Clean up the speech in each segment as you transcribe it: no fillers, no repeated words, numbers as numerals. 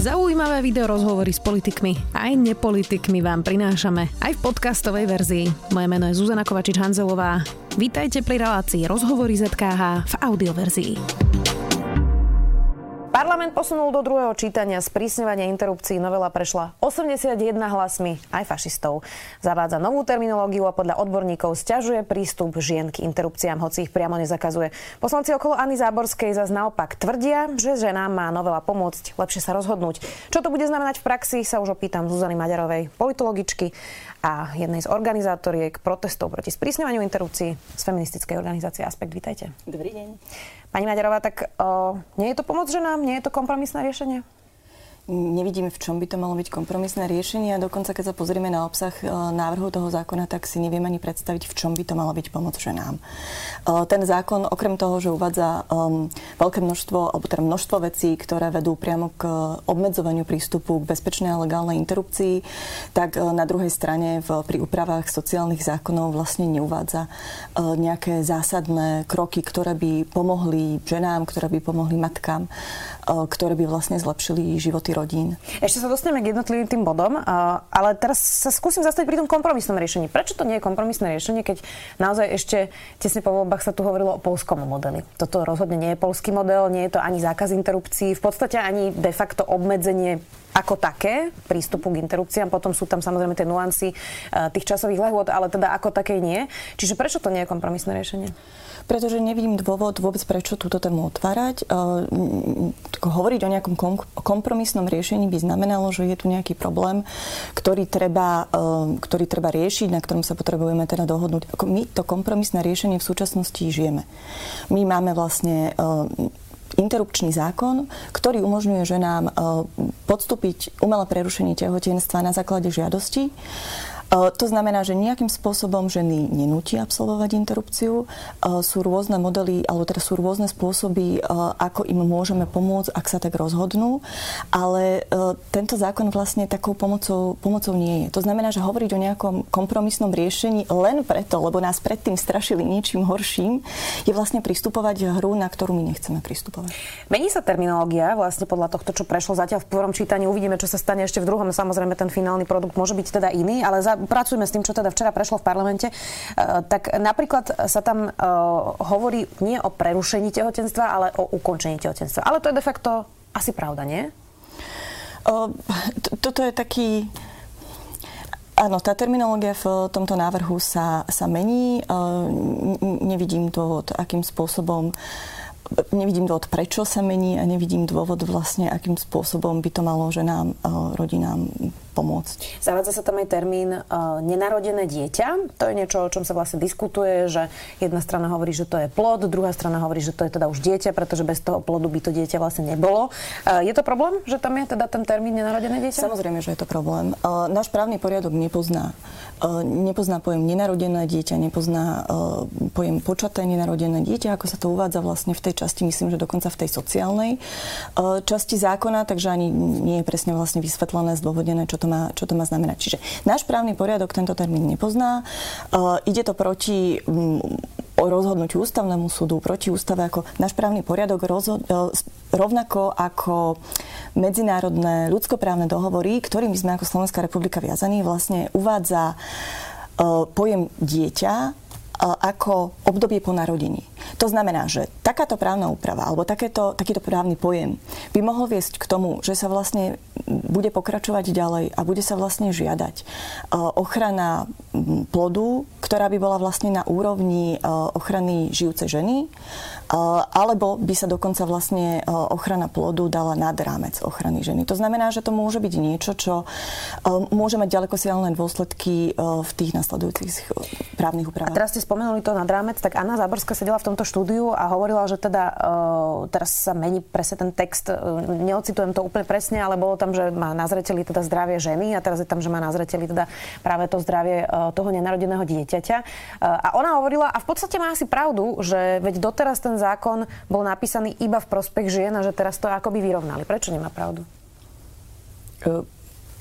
Zaujímavé videorozhovory s politikmi aj nepolitikmi vám prinášame aj v podcastovej verzii. Moje meno je Zuzana Kovačič-Hanzelová. Vítajte pri relácii Rozhovory ZKH v audioverzii. Parlament posunul do druhého čítania sprísňovania interrupcií. Novela prešla 81 hlasmi aj fašistov. Zavádza novú terminológiu a podľa odborníkov sťažuje prístup žien k interrupciám, hoci ich priamo nezakazuje. Poslanci okolo Anny Záborskej zas naopak tvrdia, že ženám má novela pomôcť lepšie sa rozhodnúť. Čo to bude znamenať v praxi, sa už opýtam Zuzany Maďarovej, politologičky a jednej z organizátoriek protestov proti sprísňovaniu interrupcií z feministickej organizácie Aspekt. Vítajte. Dobrý deň. Pani Maďarová, tak nie je to pomoc ženám? Nie je to kompromisné riešenie? Nevidíme, v čom by to malo byť kompromisné riešenie a dokonca, keď sa pozrieme na obsah návrhu toho zákona, tak si neviem ani predstaviť, v čom by to malo byť pomoc ženám. Ten zákon, okrem toho, že uvádza veľké množstvo, alebo teda množstvo vecí, ktoré vedú priamo k obmedzovaniu prístupu k bezpečnej a legálnej interrupcii, tak na druhej strane pri úpravách sociálnych zákonov vlastne neuvádza nejaké zásadné kroky, ktoré by pomohli ženám, ktoré by pomohli matkám, ktoré by vlastne zlepšili životy rodín. Ešte sa dostaneme k jednotlivým tým bodom, ale teraz sa skúsim zastaviť pri tom kompromisnom riešení. Prečo to nie je kompromisné riešenie, keď naozaj ešte tesne po voľbách sa tu hovorilo o poľskom modeli? Toto rozhodne nie je poľský model, nie je to ani zákaz interrupcií, v podstate ani de facto obmedzenie ako také prístupu k interrupciám. Potom sú tam samozrejme tie nuancy tých časových lehôd, ale teda ako také nie. Čiže prečo to nie je kompromisné riešenie? Pretože nevidím dôvod vôbec, prečo túto tému otvárať. Hovoriť o nejakom kompromisnom riešení by znamenalo, že je tu nejaký problém, ktorý treba riešiť, na ktorom sa potrebujeme teda dohodnúť. My to kompromisné riešenie v súčasnosti žijeme. My máme vlastne interrupčný zákon, ktorý umožňuje ženám podstúpiť umelé prerušenie tehotenstva na základe žiadosti. To znamená, že nejakým spôsobom ženy nenúti absolvovať interrupciu. Sú rôzne modely, alebo teda sú rôzne spôsoby, ako im môžeme pomôcť, ak sa tak rozhodnú. Ale tento zákon vlastne takou pomocou nie je. To znamená, že hovoriť o nejakom kompromisnom riešení len preto, lebo nás predtým strašili niečím horším, je vlastne pristupovať hru, na ktorú my nechceme pristupovať. Mení sa terminológia vlastne podľa tohto, čo prešlo zatiaľ v prvom čítaní. Uvidíme, čo sa stane ešte v druhom. Samozrejme, ten finálny produkt môže byť teda iný, ale pracujeme s tým, čo teda včera prešlo v parlamente. Tak napríklad sa tam hovorí nie o prerušení tehotenstva, ale o ukončení tehotenstva. Ale to je de facto asi pravda, nie? Toto je taký... Áno, tá terminológia v tomto návrhu sa mení. Nevidím dôvod, prečo sa mení a nevidím dôvod vlastne, akým spôsobom by to malo ženám, rodinám pomôcť. Zavádza sa tam aj termín nenarodené dieťa. To je niečo, o čom sa vlastne diskutuje, že jedna strana hovorí, že to je plod, druhá strana hovorí, že to je teda už dieťa, pretože bez toho plodu by to dieťa vlastne nebolo. Je to problém, že tam je teda ten termín nenarodené dieťa? Samozrejme, že je to problém. Náš právny poriadok nepozná pojem nenarodené dieťa, nepozná pojem počaté nenarodené dieťa, ako sa to uvádza vlastne v tej časti, myslím, že dokonca v tej sociálnej časti zákona, takže ani nie je presne vlastne vysvetlené, zdôvodnené, čo to má znamenať. Čiže náš právny poriadok tento termín nepozná. Ide to proti rozhodnutiu ústavnému súdu, proti ústave, ako náš právny poriadok rovnako ako medzinárodné ľudskoprávne dohovory, ktorými sme ako Slovenská republika viazaní, vlastne uvádza pojem dieťa ako obdobie po narodení. To znamená, že takáto právna úprava alebo takýto právny pojem by mohol viesť k tomu, že sa vlastne bude pokračovať ďalej a bude sa vlastne žiadať ochrana plodu, ktorá by bola vlastne na úrovni ochrany žijúcej ženy, alebo by sa dokonca vlastne ochrana plodu dala nad rámec ochrany ženy. To znamená, že to môže byť niečo, čo môže mať ďalekosiaľne dôsledky v tých nasledujúcich právnych úpravách. A teraz ste spomenuli to nad rámec, tak Anna Záborská sedela v tomto štúdiu a hovorila, že teda teraz sa mení presne ten text, neocitujem to úplne presne, ale bolo tam, že má na zreteli teda zdravie ženy a teraz je tam, že má na zreteli teda práve to zdravie toho nenarodeného dieťaťa. A ona hovorila, a v podstate má asi pravdu, že veď doteraz ten zákon bol napísaný iba v prospech žien a že teraz to akoby vyrovnali. Prečo nemá pravdu?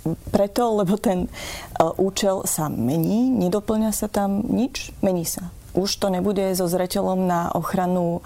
Preto, lebo ten účel sa mení, nedoplňa sa tam nič, mení sa. Už to nebude so zreteľom na ochranu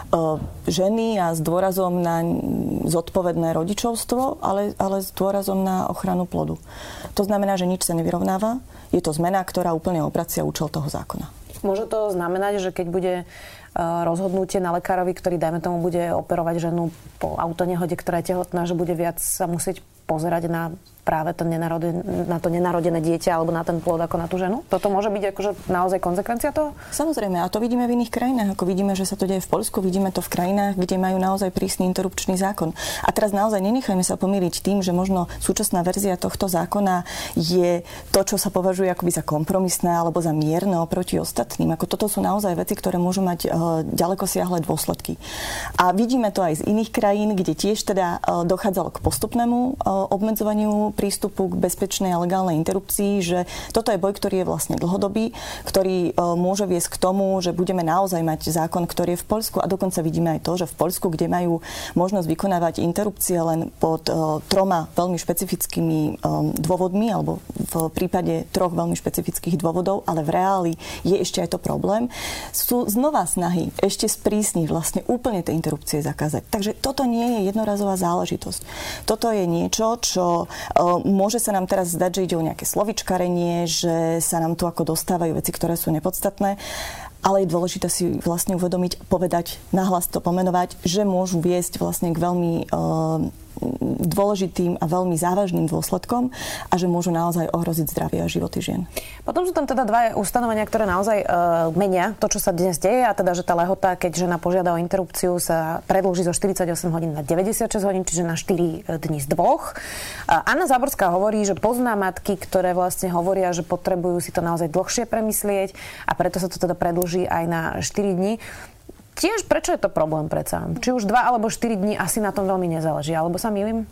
ženy a s dôrazom na zodpovedné rodičovstvo, ale s dôrazom na ochranu plodu. To znamená, že nič sa nevyrovnáva. Je to zmena, ktorá úplne obracia účel toho zákona. Môže to znamenať, že keď bude rozhodnutie na lekárovi, ktorý, dajme tomu, bude operovať ženu po autonehode, ktorá je tehotná, že bude viac sa musieť pozerať na práve na to nenarodené dieťa alebo na ten plod ako na tú ženu? Toto môže byť akože naozaj konzekvencia toho? Samozrejme, a to vidíme v iných krajinách. Ako vidíme, že sa to deje v Poľsku, vidíme to v krajinách, kde majú naozaj prísny interrupčný zákon. A teraz naozaj nenechajme sa pomýliť tým, že možno súčasná verzia tohto zákona je to, čo sa považuje akoby za kompromisné alebo za mierne oproti ostatným. Ako toto sú naozaj veci, ktoré môžu mať ďalekosiahle dôsledky. A vidíme to aj z iných krajín, kde tiež teda dochádzalo k postupnému obmedzovaniu prístupu k bezpečnej a legálnej interrupcii, že toto je boj, ktorý je vlastne dlhodobý, ktorý môže viesť k tomu, že budeme naozaj mať zákon, ktorý je v Poľsku, a dokonca vidíme aj to, že v Poľsku, kde majú možnosť vykonávať interrupcie len pod 3 veľmi špecifickými dôvodmi, alebo v prípade 3 veľmi špecifických dôvodov, ale v reáli je ešte aj to problém, sú znova snahy ešte sprísniť vlastne úplne tie interrupcie zakázať. Takže toto nie je jednorazová záležitosť. Toto je niečo, čo môže sa nám teraz zdať, že ide o nejaké slovičkarenie, že sa nám tu ako dostávajú veci, ktoré sú nepodstatné, ale je dôležité si vlastne uvedomiť, povedať, nahlas to pomenovať, že môžu viesť vlastne k veľmi dôležitým a veľmi závažným dôsledkom a že môžu naozaj ohroziť zdravie a životy žien. Potom sú tam teda 2 ustanovenia, ktoré naozaj menia to, čo sa dnes deje, a teda, že tá lehota, keď žena požiada o interrupciu, sa predĺži zo 48 hodín na 96 hodín, čiže na 4 dní z 2. Anna Záborská hovorí, že pozná matky, ktoré vlastne hovoria, že potrebujú si to naozaj dlhšie premyslieť a preto sa to teda predĺží aj na 4 dní. Tiež prečo je to problém predsa? Či už 2 alebo 4 dní asi na tom veľmi nezáleží, alebo sa mýlim?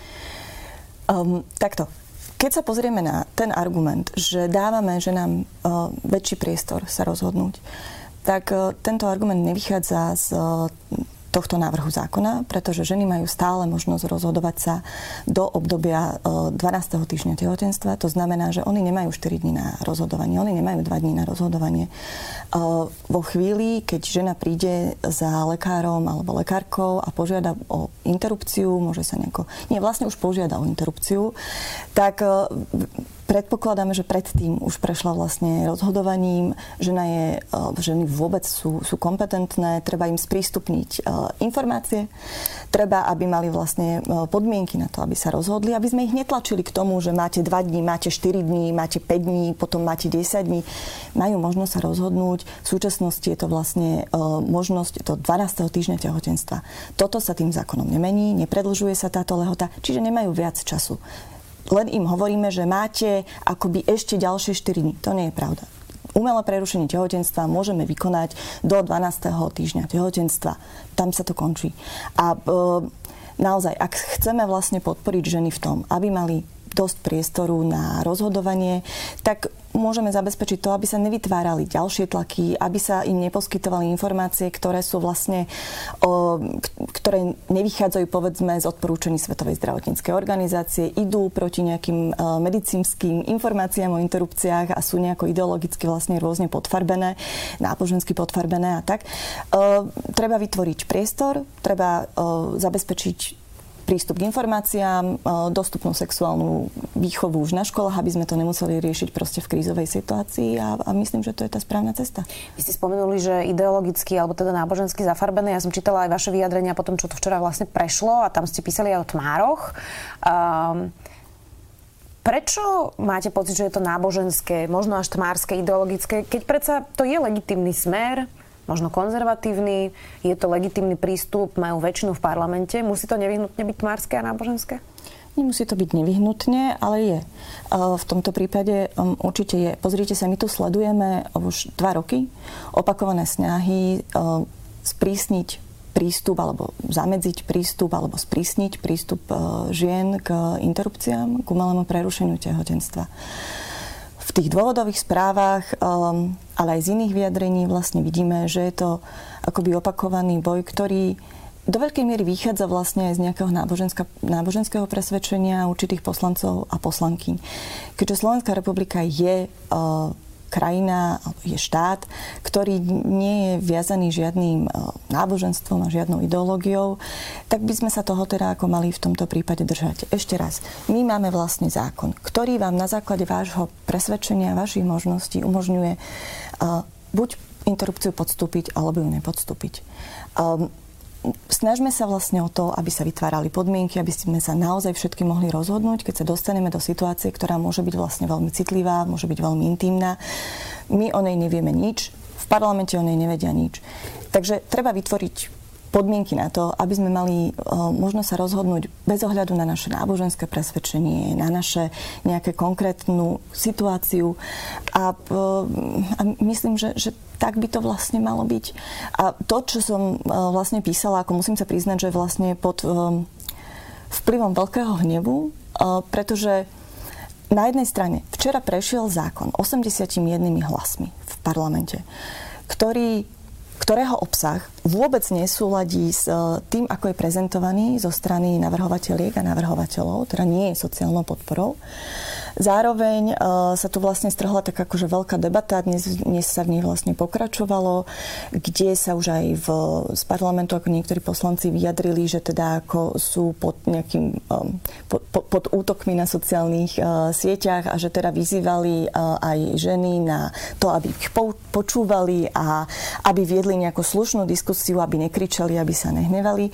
Takto. Keď sa pozrieme na ten argument, že dávame ženám väčší priestor sa rozhodnúť, tak tento argument nevychádza z tohto návrhu zákona, pretože ženy majú stále možnosť rozhodovať sa do obdobia 12. týždňa tehotenstva. To znamená, že oni nemajú 4 dní na rozhodovanie, oni nemajú 2 dní na rozhodovanie. Vo chvíli, keď žena príde za lekárom alebo lekárkou a požiada o interrupciu, môže sa vlastne už požiada o interrupciu, tak predpokladáme, že predtým už prešla vlastne rozhodovaním, ženy vôbec sú kompetentné, treba im sprístupniť informácie, treba, aby mali vlastne podmienky na to, aby sa rozhodli, aby sme ich netlačili k tomu, že máte 2 dní, máte 4 dní, máte 5 dní, potom máte 10 dní. Majú možnosť sa rozhodnúť. V súčasnosti je to vlastne možnosť do 12. týždňa tehotenstva. Toto sa tým zákonom nemení, nepredĺžuje sa táto lehota, čiže nemajú viac času. Len im hovoríme, že máte akoby ešte ďalšie 4 dní. To nie je pravda. Umelé prerušenie tehotenstva môžeme vykonať do 12. týždňa tehotenstva. Tam sa to končí. A naozaj, ak chceme vlastne podporiť ženy v tom, aby mali dosť priestoru na rozhodovanie, tak môžeme zabezpečiť to, aby sa nevytvárali ďalšie tlaky, aby sa im neposkytovali informácie, ktoré sú vlastne, ktoré nevychádzajú, povedzme, z odporúčaní Svetovej zdravotníckej organizácie, idú proti nejakým medicínskym informáciám o interrupciách a sú nejako ideologicky vlastne rôzne podfarbené, nábožensky podfarbené a tak. Treba vytvoriť priestor, treba zabezpečiť prístup k informáciám, dostupnú sexuálnu výchovu už na školách, aby sme to nemuseli riešiť proste v krízovej situácii a myslím, že to je tá správna cesta. Vy ste spomenuli, že ideologicky alebo teda nábožensky zafarbené. Ja som čítala aj vaše vyjadrenia po tom, čo to včera vlastne prešlo a tam ste písali aj o tmároch. Prečo máte pocit, že je to náboženské, možno až tmárske, ideologické, keď predsa to je legitímny smer, možno konzervatívny, je to legitímny prístup, majú väčšinu v parlamente. Musí to nevyhnutne byť tmárske a náboženské? Nemusí to byť nevyhnutne, ale je. V tomto prípade určite je. Pozrite sa, my tu sledujeme už 2 roky opakované snahy sprísniť prístup alebo zamedziť prístup alebo sprísniť prístup žien k interrupciám, k umelému prerušeniu tehotenstva. V tých dôvodových správach, ale aj z iných vyjadrení vlastne vidíme, že je to akoby opakovaný boj, ktorý do veľkej miery vychádza vlastne aj z nejakého náboženského presvedčenia určitých poslancov a poslankyň. Keďže Slovenská republika je krajina, je štát, ktorý nie je viazaný žiadnym náboženstvom a žiadnou ideológiou, tak by sme sa toho teda ako mali v tomto prípade držať. Ešte raz, my máme vlastný zákon, ktorý vám na základe vášho presvedčenia, vašich možností umožňuje buď interrupciu podstúpiť, alebo ju nepodstúpiť. Snažme sa vlastne o to, aby sa vytvárali podmienky, aby sme sa naozaj všetky mohli rozhodnúť, keď sa dostaneme do situácie, ktorá môže byť vlastne veľmi citlivá, môže byť veľmi intimná. My o nej nevieme nič, v parlamente o nej nevedia nič. Takže treba vytvoriť podmienky na to, aby sme mali možnosť sa rozhodnúť bez ohľadu na naše náboženské presvedčenie, na naše nejaké konkrétnu situáciu. A myslím, že tak by to vlastne malo byť. A to, čo som vlastne písala, ako musím sa priznať, že vlastne pod vplyvom veľkého hnevu, pretože na jednej strane včera prešiel zákon 81 hlasmi v parlamente, ktorého obsah vôbec nesúladí s tým, ako je prezentovaný zo strany navrhovateľiek a navrhovateľov, teda nie je sociálnou podporou. Zároveň sa tu vlastne strhla tak akože veľká debata, dnes sa v nej vlastne pokračovalo, kde sa už aj z parlamentu ako niektorí poslanci vyjadrili, že teda ako sú pod nejakým pod útokmi na sociálnych sieťach a že teda vyzývali aj ženy na to, aby ich počúvali a aby viedli nejakú slušnú diskusiu, aby nekričali, aby sa nehnevali.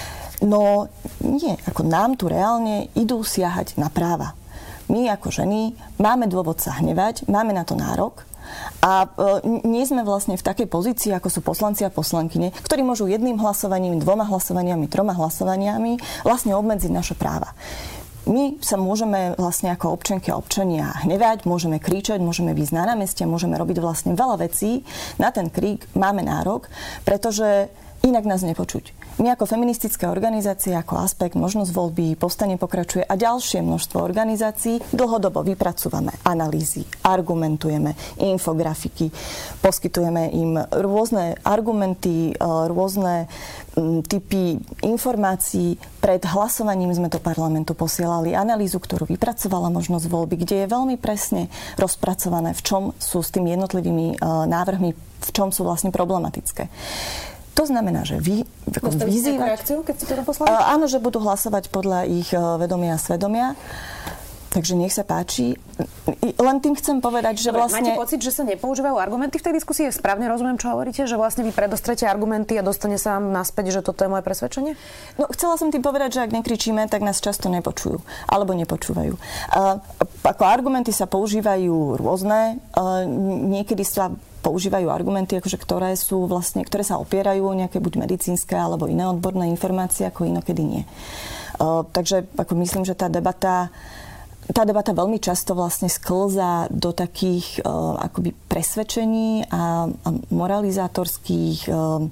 No nie, ako nám tu reálne idú siahať na práva. My ako ženy máme dôvod sa hnevať, máme na to nárok a nie sme vlastne v takej pozícii, ako sú poslanci a poslankyne, ktorí môžu jedným hlasovaním, 2 hlasovaniami, 3 hlasovaniami vlastne obmedziť naše práva. My sa môžeme vlastne ako občianky a občania hnevať, môžeme kričať, môžeme výjsť na námestie, môžeme robiť vlastne veľa vecí. Na ten krík máme nárok, pretože inak nás nepočuť. My ako feministická organizácia, ako Aspekt, Možnosť voľby, Povstanie pokračuje a ďalšie množstvo organizácií dlhodobo vypracúvame analýzy, argumentujeme, infografiky, poskytujeme im rôzne argumenty, rôzne typy informácií. Pred hlasovaním sme do parlamentu posielali analýzu, ktorú vypracovala Možnosť voľby, kde je veľmi presne rozpracované, v čom sú s tými jednotlivými návrhmi, v čom sú vlastne problematické. To znamená, že vyzývať... reakciu, keď ste to poslali? Áno, že budú hlasovať podľa ich vedomia a svedomia. Takže nech sa páči. Len tým chcem povedať, že vlastne... Máte pocit, že sa nepoužívajú argumenty v tej diskusii? Správne rozumiem, čo hovoríte? Že vlastne vy predostrete argumenty a dostane sa vám naspäť, že toto je moje presvedčenie? No, chcela som tým povedať, že ak nekričíme, tak nás často nepočujú. Alebo nepočúvajú. Ako argumenty sa používajú rôzne. Niekedy sa používajú argumenty, akože ktoré sa opierajú o nejaké buď medicínske alebo iné odborné informácie, ako inokedy nie. Takže ako myslím, že tá debata veľmi často vlastne sklzá do takých akoby presvedčení a moralizátorských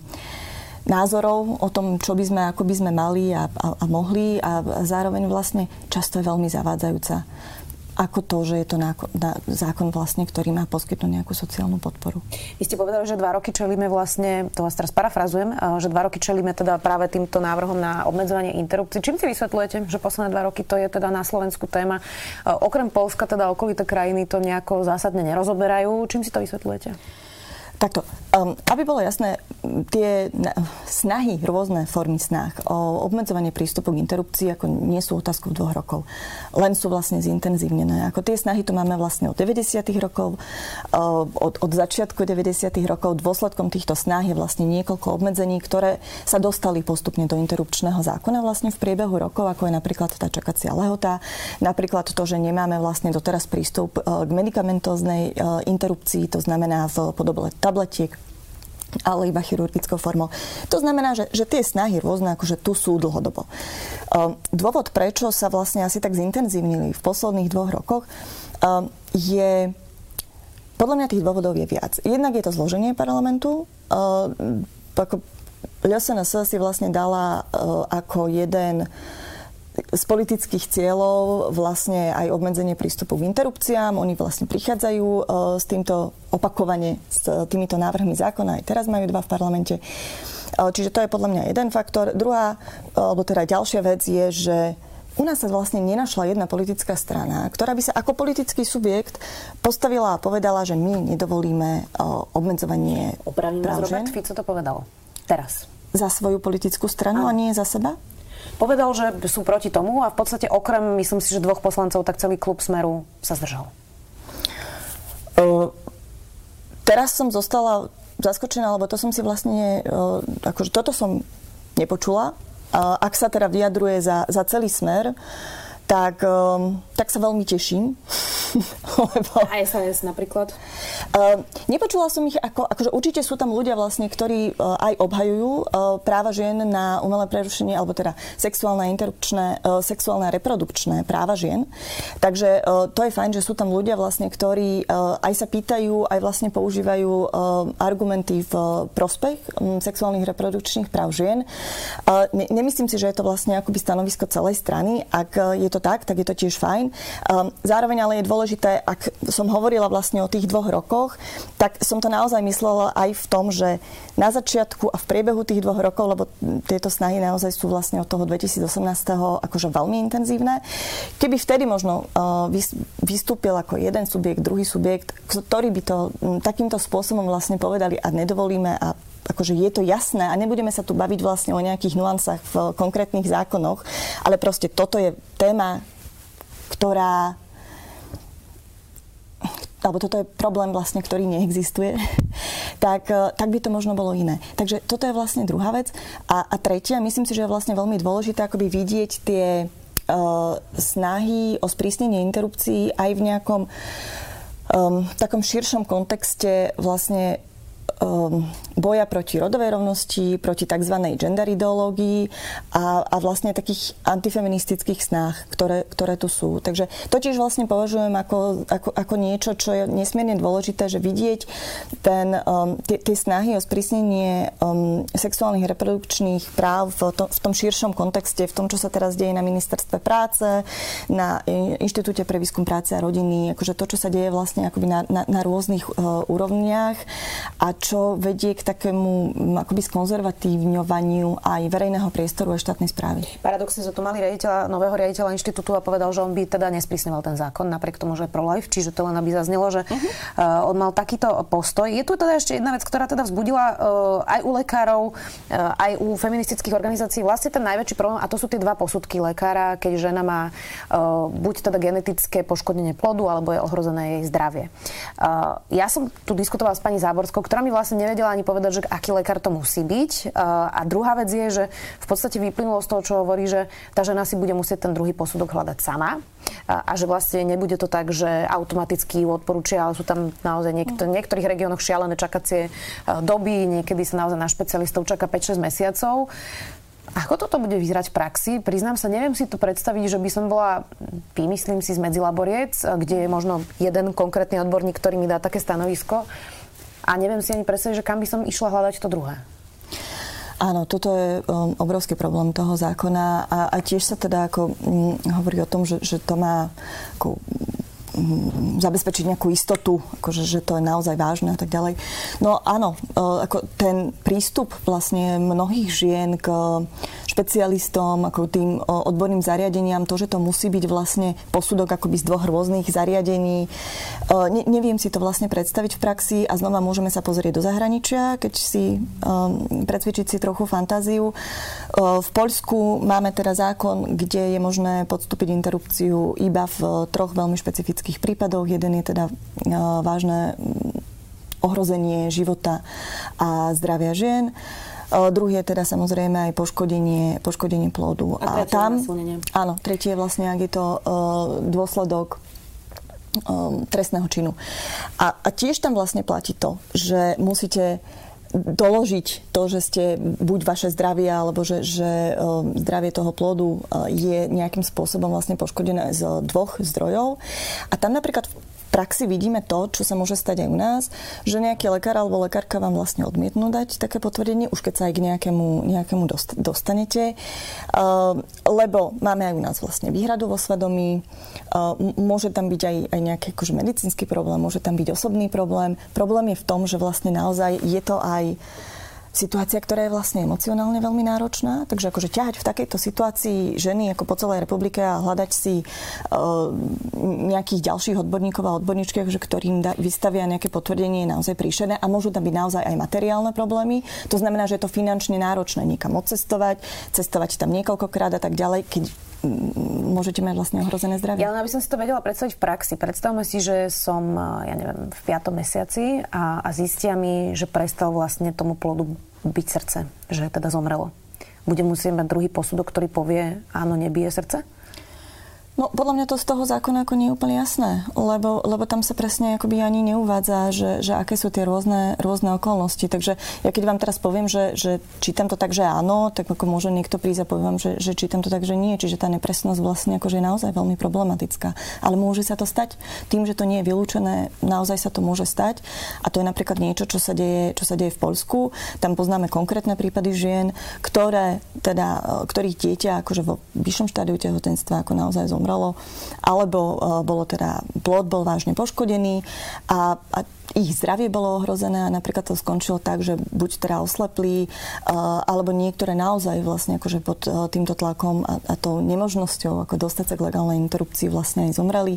názorov o tom, čo by sme, ako by sme mali a mohli a zároveň vlastne často je veľmi zavádzajúca. Ako to, že je to zákon vlastne, ktorý má poskytnúť nejakú sociálnu podporu. Vy ste povedali, že 2 roky čelíme vlastne, to vás teraz parafrazujem, že 2 roky čelíme teda práve týmto návrhom na obmedzovanie interrupcií. Čím si vysvetľujete, že posledné 2 roky to je teda na Slovensku téma? Okrem Poľska, teda okolité krajiny to nejako zásadne nerozoberajú. Čím si to vysvetľujete? Takto, aby bolo jasné, tie snahy, rôzne formy snah o obmedzovanie prístupu k interrupcii ako nie sú otázkou 2 rokov. Len sú vlastne zintenzívnené. Ako tie snahy tu máme vlastne od 90. rokov, od začiatku 90. rokov. Dôsledkom týchto snah je vlastne niekoľko obmedzení, ktoré sa dostali postupne do interrupčného zákona vlastne v priebehu rokov, ako je napríklad tá čakacia lehota, napríklad to, že nemáme vlastne doteraz prístup k medikamentóznej interrupcii, to znamená v podobe tabletiek, ale iba chirurgickou formou. To znamená, že tie snahy rôzne akože tu sú dlhodobo. Dôvod, prečo sa vlastne asi tak zintenzívnili v posledných 2 rokoch, je... Podľa mňa tých dôvodov je viac. Jednak je to zloženie parlamentu. LSNS si vlastne dala ako jeden z politických cieľov vlastne aj obmedzenie prístupu k interrupciám. Oni vlastne prichádzajú s týmto opakovane, s týmito návrhmi zákona. Aj teraz majú 2 v parlamente. Čiže to je podľa mňa jeden faktor. Druhá, alebo teda ďalšia vec je, že u nás sa vlastne nenašla jedna politická strana, ktorá by sa ako politický subjekt postavila a povedala, že my nedovolíme obmedzovanie práv žien. Robert Fico to povedal teraz. Za svoju politickú stranu a nie za seba? Povedal, že sú proti tomu a v podstate okrem, myslím si, že 2 poslancov, tak celý klub Smeru sa zdržal. Teraz som zostala zaskočená, lebo to som si vlastne, akože toto som nepočula. Ak sa teda vyjadruje za celý Smer, tak sa veľmi teším. Lebo... A SAS napríklad? Nepočula som ich akože určite sú tam ľudia vlastne, ktorí aj obhajujú práva žien na umelé prerušenie, alebo teda sexuálne reprodukčné práva žien. Takže to je fajn, že sú tam ľudia vlastne, ktorí aj sa pýtajú, aj vlastne používajú argumenty v prospech sexuálnych reprodukčných práv žien. Nemyslím si, že je to vlastne akoby stanovisko celej strany. Ak je to tak je to tiež fajn. Zároveň ale je dôležité, ak som hovorila vlastne o tých 2 rokoch, tak som to naozaj myslela aj v tom, že na začiatku a v priebehu tých 2 rokov, lebo tieto snahy naozaj sú vlastne od toho 2018. akože veľmi intenzívne. Keby vtedy možno vystúpil ako jeden subjekt, druhý subjekt, ktorý by to takýmto spôsobom vlastne povedali a nedovolíme a akože je to jasné a nebudeme sa tu baviť vlastne o nejakých nuansách v konkrétnych zákonoch, ale proste toto je téma, alebo toto je problém vlastne, ktorý neexistuje, tak by to možno bolo iné. Takže toto je vlastne druhá vec. A tretia, myslím si, že je vlastne veľmi dôležité akoby vidieť tie snahy o sprísnenie interrupcií aj v nejakom takom širšom kontexte vlastne boja proti rodovej rovnosti, proti tzv. Gender ideológii a vlastne takých antifeministických snách, ktoré tu sú. Takže to tiež vlastne považujem ako niečo, čo je nesmierne dôležité, že vidieť tie snahy o sprísnenie sexuálnych reprodukčných práv v tom širšom kontexte, v tom, čo sa teraz deje na ministerstve práce, na Inštitúte pre výskum práce a rodiny, akože to, čo sa deje vlastne akoby na rôznych úrovniach a čo vedie k takému akoby skonzervatívňovaniu aj verejného priestoru a štátnej správy. Paradoxne sme tu mali nového riaditeľa inštitútu a povedal, že on by teda nesprísňoval ten zákon, napriek tomu, že je pro-life, čiže to len aby zaznelo, že on mal takýto postoj. Je tu teda ešte jedna vec, ktorá teda vzbudila aj u lekárov, aj u feministických organizácií vlastne ten najväčší problém, a to sú tie 2 posudky lekára, keď žena má buď teda genetické poškodenie plodu, alebo je ohrozené jej zdravie. Ja som tu diskutovala s pani Záborskou, ktorá mi vlastne nevedela ani povedať, že aký lekár to musí byť. A druhá vec je, že v podstate vyplynulo z toho, čo hovorí, že tá žena si bude musieť ten druhý posudok hľadať sama a že vlastne nebude to tak, že automaticky ju odporúčia, ale sú tam naozaj v niektorých regiónoch šialené čakacie doby, niekedy sa naozaj na špecialistov čaká 5-6 mesiacov. Ako toto bude vyzerať v praxi? Priznám sa, neviem si to predstaviť, že by som bola, vymyslím si, z Medzilaboriec, kde je možno jeden konkrétny odborník, ktorý mi dá také stanovisko. A neviem si ani predstaviť, že kam by som išla hľadať to druhé. Áno, toto je obrovský problém toho zákona a tiež sa teda ako hovorí o tom, že to má ako zabezpečiť nejakú istotu, akože, že to je naozaj vážne a tak ďalej. No áno, ako ten prístup vlastne mnohých žien k špecialistom, ako tým odborným zariadeniam, to, že to musí byť vlastne posudok akoby z 2 rôznych zariadení. Neviem si to vlastne predstaviť v praxi a znova môžeme sa pozrieť do zahraničia, keď si precvičiť si trochu fantáziu. V Poľsku máme teda zákon, kde je možné podstúpiť interrupciu iba v 3 veľmi špecifických prípadoch. Jeden je teda vážne ohrozenie života a zdravia žien. Druhý je teda samozrejme aj poškodenie plodu. A tam áno, tretie je vlastne, ak je to dôsledok trestného činu. A tiež tam vlastne platí to, že musíte doložiť to, že ste buď vaše zdravie, alebo že zdravie toho plodu je nejakým spôsobom vlastne poškodené z 2 zdrojov. A tam napríklad v praxi vidíme to, čo sa môže stať aj u nás, že nejaký lekár alebo lekárka vám vlastne odmietnú dať také potvrdenie, už keď sa aj k nejakému dostanete, lebo máme aj u nás vlastne výhradu vo svedomí, môže tam byť aj nejaký akože medicínsky problém, môže tam byť osobný problém. Problém je v tom, že vlastne naozaj je to aj situácia, ktorá je vlastne emocionálne veľmi náročná. Takže akože ťahať v takejto situácii ženy ako po celej republike a hľadať si nejakých ďalších odborníkov a odborníčky, akože, ktorým vystavia nejaké potvrdenie, je naozaj príšerné a môžu tam byť naozaj aj materiálne problémy. To znamená, že je to finančne náročné niekam cestovať tam niekoľkokrát a tak ďalej, keď môžete mať vlastne ohrozené zdravie. Ja len aby som si to vedela predstaviť v praxi. Predstavme si, že som, v 5. mesiaci a zistia mi, že prestal vlastne tomu plodu byť srdce, že teda zomrelo. Budem musieť mať druhý posudok, ktorý povie, áno, nebije srdce? No, podľa mňa to z toho zákona ako nie je úplne jasné, lebo tam sa presne akoby ani neuvádza, že aké sú tie rôzne okolnosti. Takže ja keď vám teraz poviem, že čítam to tak, že áno, tak ako môže niekto prísť a poviem vám, že čítam to tak, že nie. Čiže tá nepresnosť vlastne akože je naozaj veľmi problematická. Ale môže sa to stať. Tým, že to nie je vylúčené, naozaj sa to môže stať. A to je napríklad niečo, čo sa deje v Poľsku. Tam poznáme konkrétne prípady žien, ktorých dieťa akože vo vyššom štádiu tehotenstva ako naozaj zomrelo, alebo plod bol vážne poškodený a ich zdravie bolo ohrozené a napríklad to skončilo tak, že buď teda oslepli, alebo niektoré naozaj vlastne akože pod týmto tlakom a tou nemožnosťou ako dostať sa k legálnej interrupcii vlastne aj zomreli.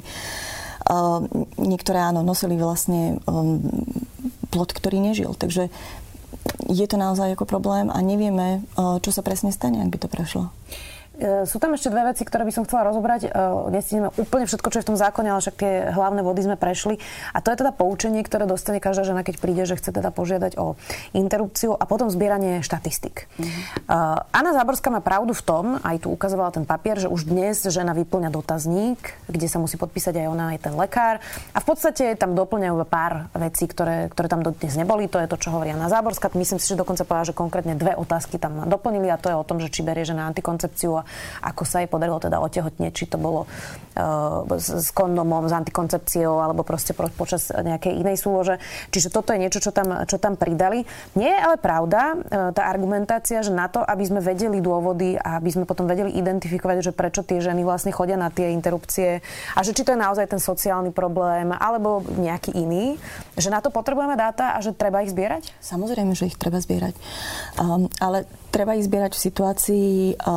Niektoré áno, nosili vlastne plod, ktorý nežil. Takže je to naozaj ako problém a nevieme, čo sa presne stane, ak by to prešlo. Sú tam ešte dve veci, ktoré by som chcela rozobrať. Nestihneme úplne všetko, čo je v tom zákone, ale však tie hlavné body sme prešli. A to je teda poučenie, ktoré dostane každá žena, keď príde, že chce teda požiadať o interrupciu a potom zbieranie štatistik. Anna Záborská má pravdu v tom, aj tu ukazovala ten papier, že už dnes žena vyplňa dotazník, kde sa musí podpísať aj ona, aj ten lekár. A v podstate tam doplňajú pár vecí, ktoré tam dnes neboli. To je to, čo hovorí Anna Záborská. Myslím si, že dokonca povedala, že konkrétne dve otázky tam doplnili a to je o tom, že či berie žena antikoncepciu, ako sa jej podarilo teda otehotnieť, či to bolo s kondomom, s antikoncepciou alebo proste počas nejakej inej súlože. Čiže toto je niečo, čo tam pridali. Nie je ale pravda tá argumentácia, že na to, aby sme vedeli dôvody a aby sme potom vedeli identifikovať, že prečo tie ženy vlastne chodia na tie interrupcie a že či to je naozaj ten sociálny problém alebo nejaký iný, že na to potrebujeme dáta a že treba ich zbierať? Samozrejme, že ich treba zbierať. Ale treba ich zbierať v situácii,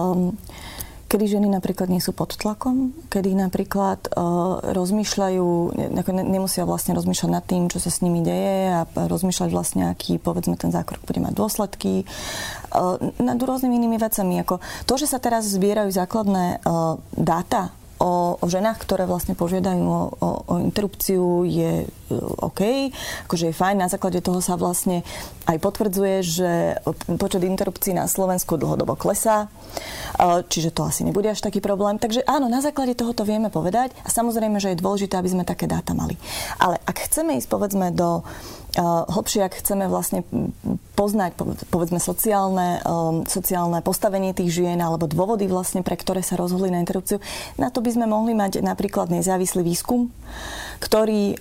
kedy ženy napríklad nie sú pod tlakom, kedy napríklad rozmýšľajú, nemusia vlastne rozmýšľať nad tým, čo sa s nimi deje a rozmýšľať vlastne, aký, povedzme, ten zákrok bude mať dôsledky. Nad rôznymi inými vecami. Ako to, že sa teraz zbierajú základné dáta o ženách, ktoré vlastne požiadajú o interrupciu, je OK, akože je fajn. Na základe toho sa vlastne aj potvrdzuje, že počet interrupcií na Slovensku dlhodobo klesá, čiže to asi nebude až taký problém. Takže áno, na základe toho to vieme povedať a samozrejme, že je dôležité, aby sme také dáta mali. Ale ak chceme ísť, povedzme, do hlbšie, ak chceme vlastne poznať, povedzme, sociálne postavenie tých žien alebo dôvody vlastne, pre ktoré sa rozhodli na interrupciu, na to by sme mohli mať napríklad nezávislý výskum, ktorý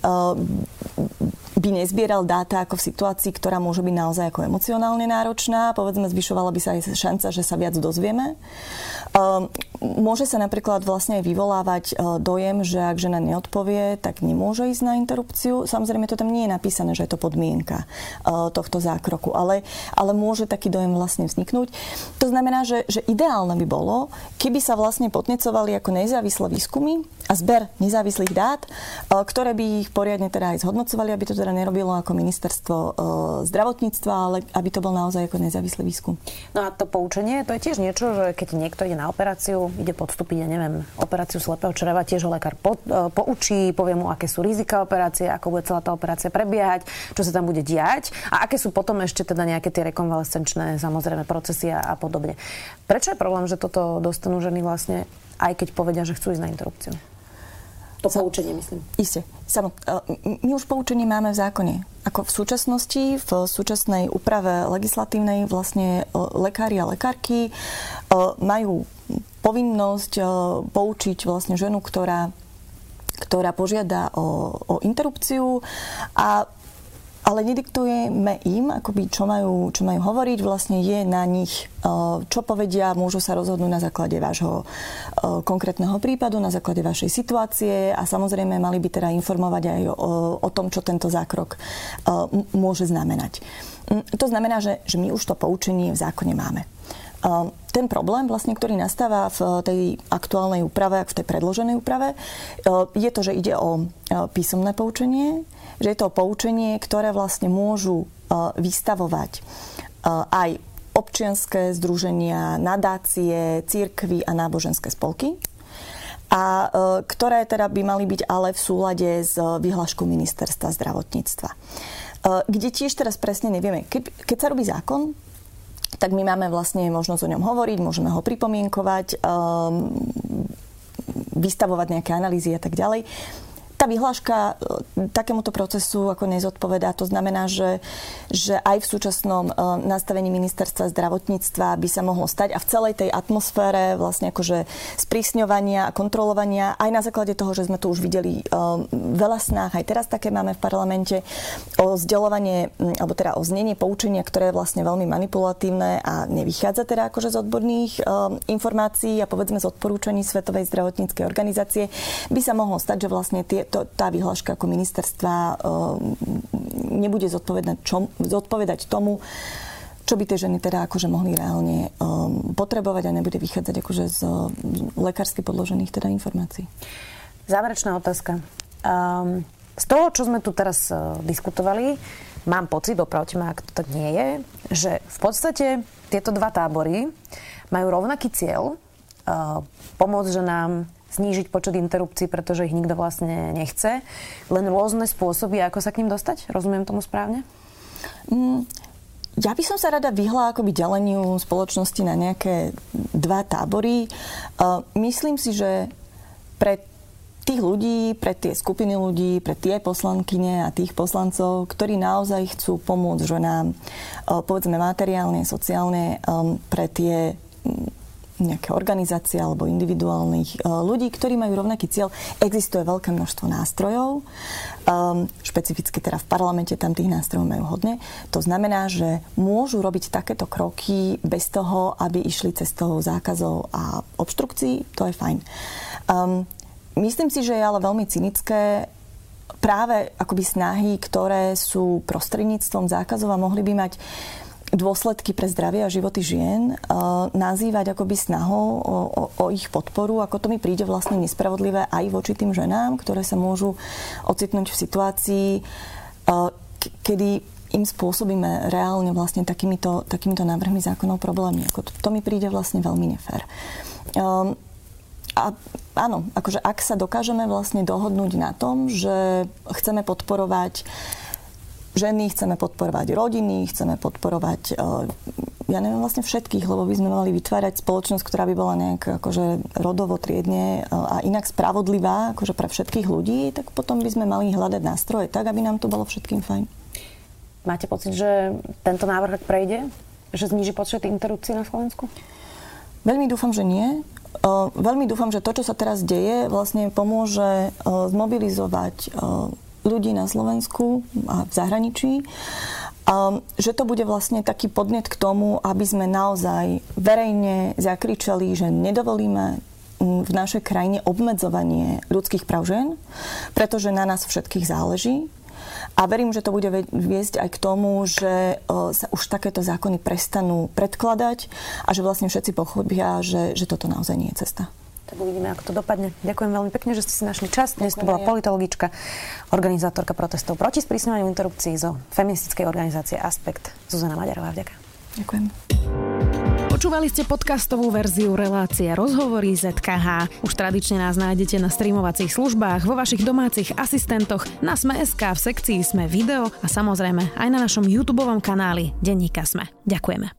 by nezbieral dáta ako v situácii, ktorá môže byť naozaj ako emocionálne náročná. Povedzme, zvyšovala by sa aj šanca, že sa viac dozvieme. Môže sa napríklad vlastne aj vyvolávať dojem, že ak žena neodpovie, tak nemôže ísť na interrupciu. Samozrejme, to tam nie je napísané, že je to podmienka tohto zákroku, ale môže taký dojem vlastne vzniknúť. To znamená, že ideálne by bolo, keby sa vlastne podnecovali ako nezávislé výskumy a zber nezávislých dát, ktoré by ich poriadne teda aj zhodnocovali, aby to teda nerobilo ako ministerstvo zdravotníctva, ale aby to bol naozaj ako nezávislý výskum. No a to poučenie, to je tiež niečo, že keď niekto ide na operáciu, ide podstúpiť, operáciu slepého čreva, tiež ho lekár poučí, povie mu, aké sú rizika operácie, ako bude celá tá operácia prebiehať, čo sa tam bude diať a aké sú potom ešte teda nejaké tie rekonvalescenčné samozrejme procesy a podobne. Prečo je problém, že toto dostanú ženy vlastne, aj keď povedia, že chcú ísť na interrupciu? To poučenie, myslím. Isté. My už poučenie máme v zákone. Ako v súčasnosti, v súčasnej úprave legislatívnej vlastne lekári a lekárky majú povinnosť poučiť vlastne ženu, ktorá požiada o interrupciu a ale nediktujeme im, akoby, čo majú hovoriť, vlastne je na nich, čo povedia, môžu sa rozhodnúť na základe vášho konkrétneho prípadu, na základe vašej situácie a samozrejme mali by teda informovať aj o tom, čo tento zákrok môže znamenať. To znamená, že my už to poučenie v zákone máme. Ten problém, vlastne, ktorý nastáva v tej aktuálnej úprave, v tej predloženej úprave, je to, že ide o písomné poučenie, že je to poučenie, ktoré vlastne môžu vystavovať aj občianske združenia, nadácie, cirkvi a náboženské spolky, a ktoré teda by mali byť ale v súlade s vyhláškou ministerstva zdravotníctva. Kde tiež teraz presne nevieme. Keď sa robí zákon, tak my máme vlastne možnosť o ňom hovoriť, môžeme ho pripomienkovať, vystavovať nejaké analýzy a tak ďalej. Tá vyhláška takémuto procesu ako nezodpovedá. To znamená, že aj v súčasnom nastavení ministerstva zdravotníctva by sa mohlo stať a v celej tej atmosfére vlastne akože sprísňovania a kontrolovania, aj na základe toho, že sme tu už videli veľa snách, aj teraz také máme v parlamente, o sdeľovanie, alebo teda o znenie poučenia, ktoré je vlastne veľmi manipulatívne a nevychádza teda akože z odborných informácií a povedzme z odporúčaní Svetovej zdravotníckej organizácie, by sa mohlo stať, že vlastne tá vyhláška ako ministerstva nebude zodpovedať tomu, čo by tie ženy teda akože mohli reálne potrebovať a nebude vychádzať akože z lekársky podložených teda informácií. Záverečná otázka. Z toho, čo sme tu teraz diskutovali, mám pocit, opravte ma, ak to tak nie je, že v podstate tieto dva tábory majú rovnaký cieľ pomôcť ženám znížiť počet interrupcií, pretože ich nikto vlastne nechce. Len rôzne spôsoby, ako sa k ním dostať? Rozumiem tomu správne? Ja by som sa rada vyhla akoby deleniu spoločnosti na nejaké dva tábory. Myslím si, že pre tých ľudí, pre tie skupiny ľudí, pre tie poslankyne a tých poslancov, ktorí naozaj chcú pomôcť ženám, povedzme materiálne, sociálne, pre tie nejaké organizácie alebo individuálnych ľudí, ktorí majú rovnaký cieľ. Existuje veľké množstvo nástrojov. Špecificky teda v parlamente tam tých nástrojov majú hodne. To znamená, že môžu robiť takéto kroky bez toho, aby išli cestou zákazov a obštrukcií. To je fajn. Myslím si, že je ale veľmi cynické práve akoby snahy, ktoré sú prostredníctvom zákazov a mohli by mať dôsledky pre zdravie a životy žien, nazývať akoby snahou o ich podporu, ako to mi príde vlastne nespravodlivé aj voči tým ženám, ktoré sa môžu ocitnúť v situácii, kedy im spôsobíme reálne vlastne takýmito návrhmi zákonov problémy. To mi príde vlastne veľmi nefér. A áno, akože ak sa dokážeme vlastne dohodnúť na tom, že chceme podporovať ženy, chceme podporovať rodiny, chceme podporovať, ja neviem, vlastne všetkých, lebo by sme mali vytvárať spoločnosť, ktorá by bola nejak akože rodovo, triedne a inak spravodlivá akože pre všetkých ľudí, tak potom by sme mali hľadať nástroje tak, aby nám to bolo všetkým fajn. Máte pocit, že tento návrh prejde? Že zníži počet interrupcií na Slovensku? Veľmi dúfam, že nie. Veľmi dúfam, že to, čo sa teraz deje, vlastne pomôže zmobilizovať ľudí na Slovensku a v zahraničí, že to bude vlastne taký podnet k tomu, aby sme naozaj verejne zakričali, že nedovolíme v našej krajine obmedzovanie ľudských práv žien, pretože na nás všetkých záleží. A verím, že to bude viesť aj k tomu, že sa už takéto zákony prestanú predkladať a že vlastne všetci pochopia, že toto naozaj nie je cesta. Tak uvidíme, ako to dopadne. Ďakujem veľmi pekne, že ste si našli čas. Dnes to bola politologička, organizátorka protestov proti sprísňovaniu interrupcií zo feministickej organizácie Aspekt, Zuzana Maďarová. Vďaka. Ďakujem. Počúvali ste podcastovú verziu relácie Rozhovory ZKH. Už tradične nás nájdete na streamovacích službách, vo vašich domácich asistentoch, na Sme.sk, v sekcii Sme video a samozrejme aj na našom YouTubeovom kanáli Denníka Sme. Ďakujeme.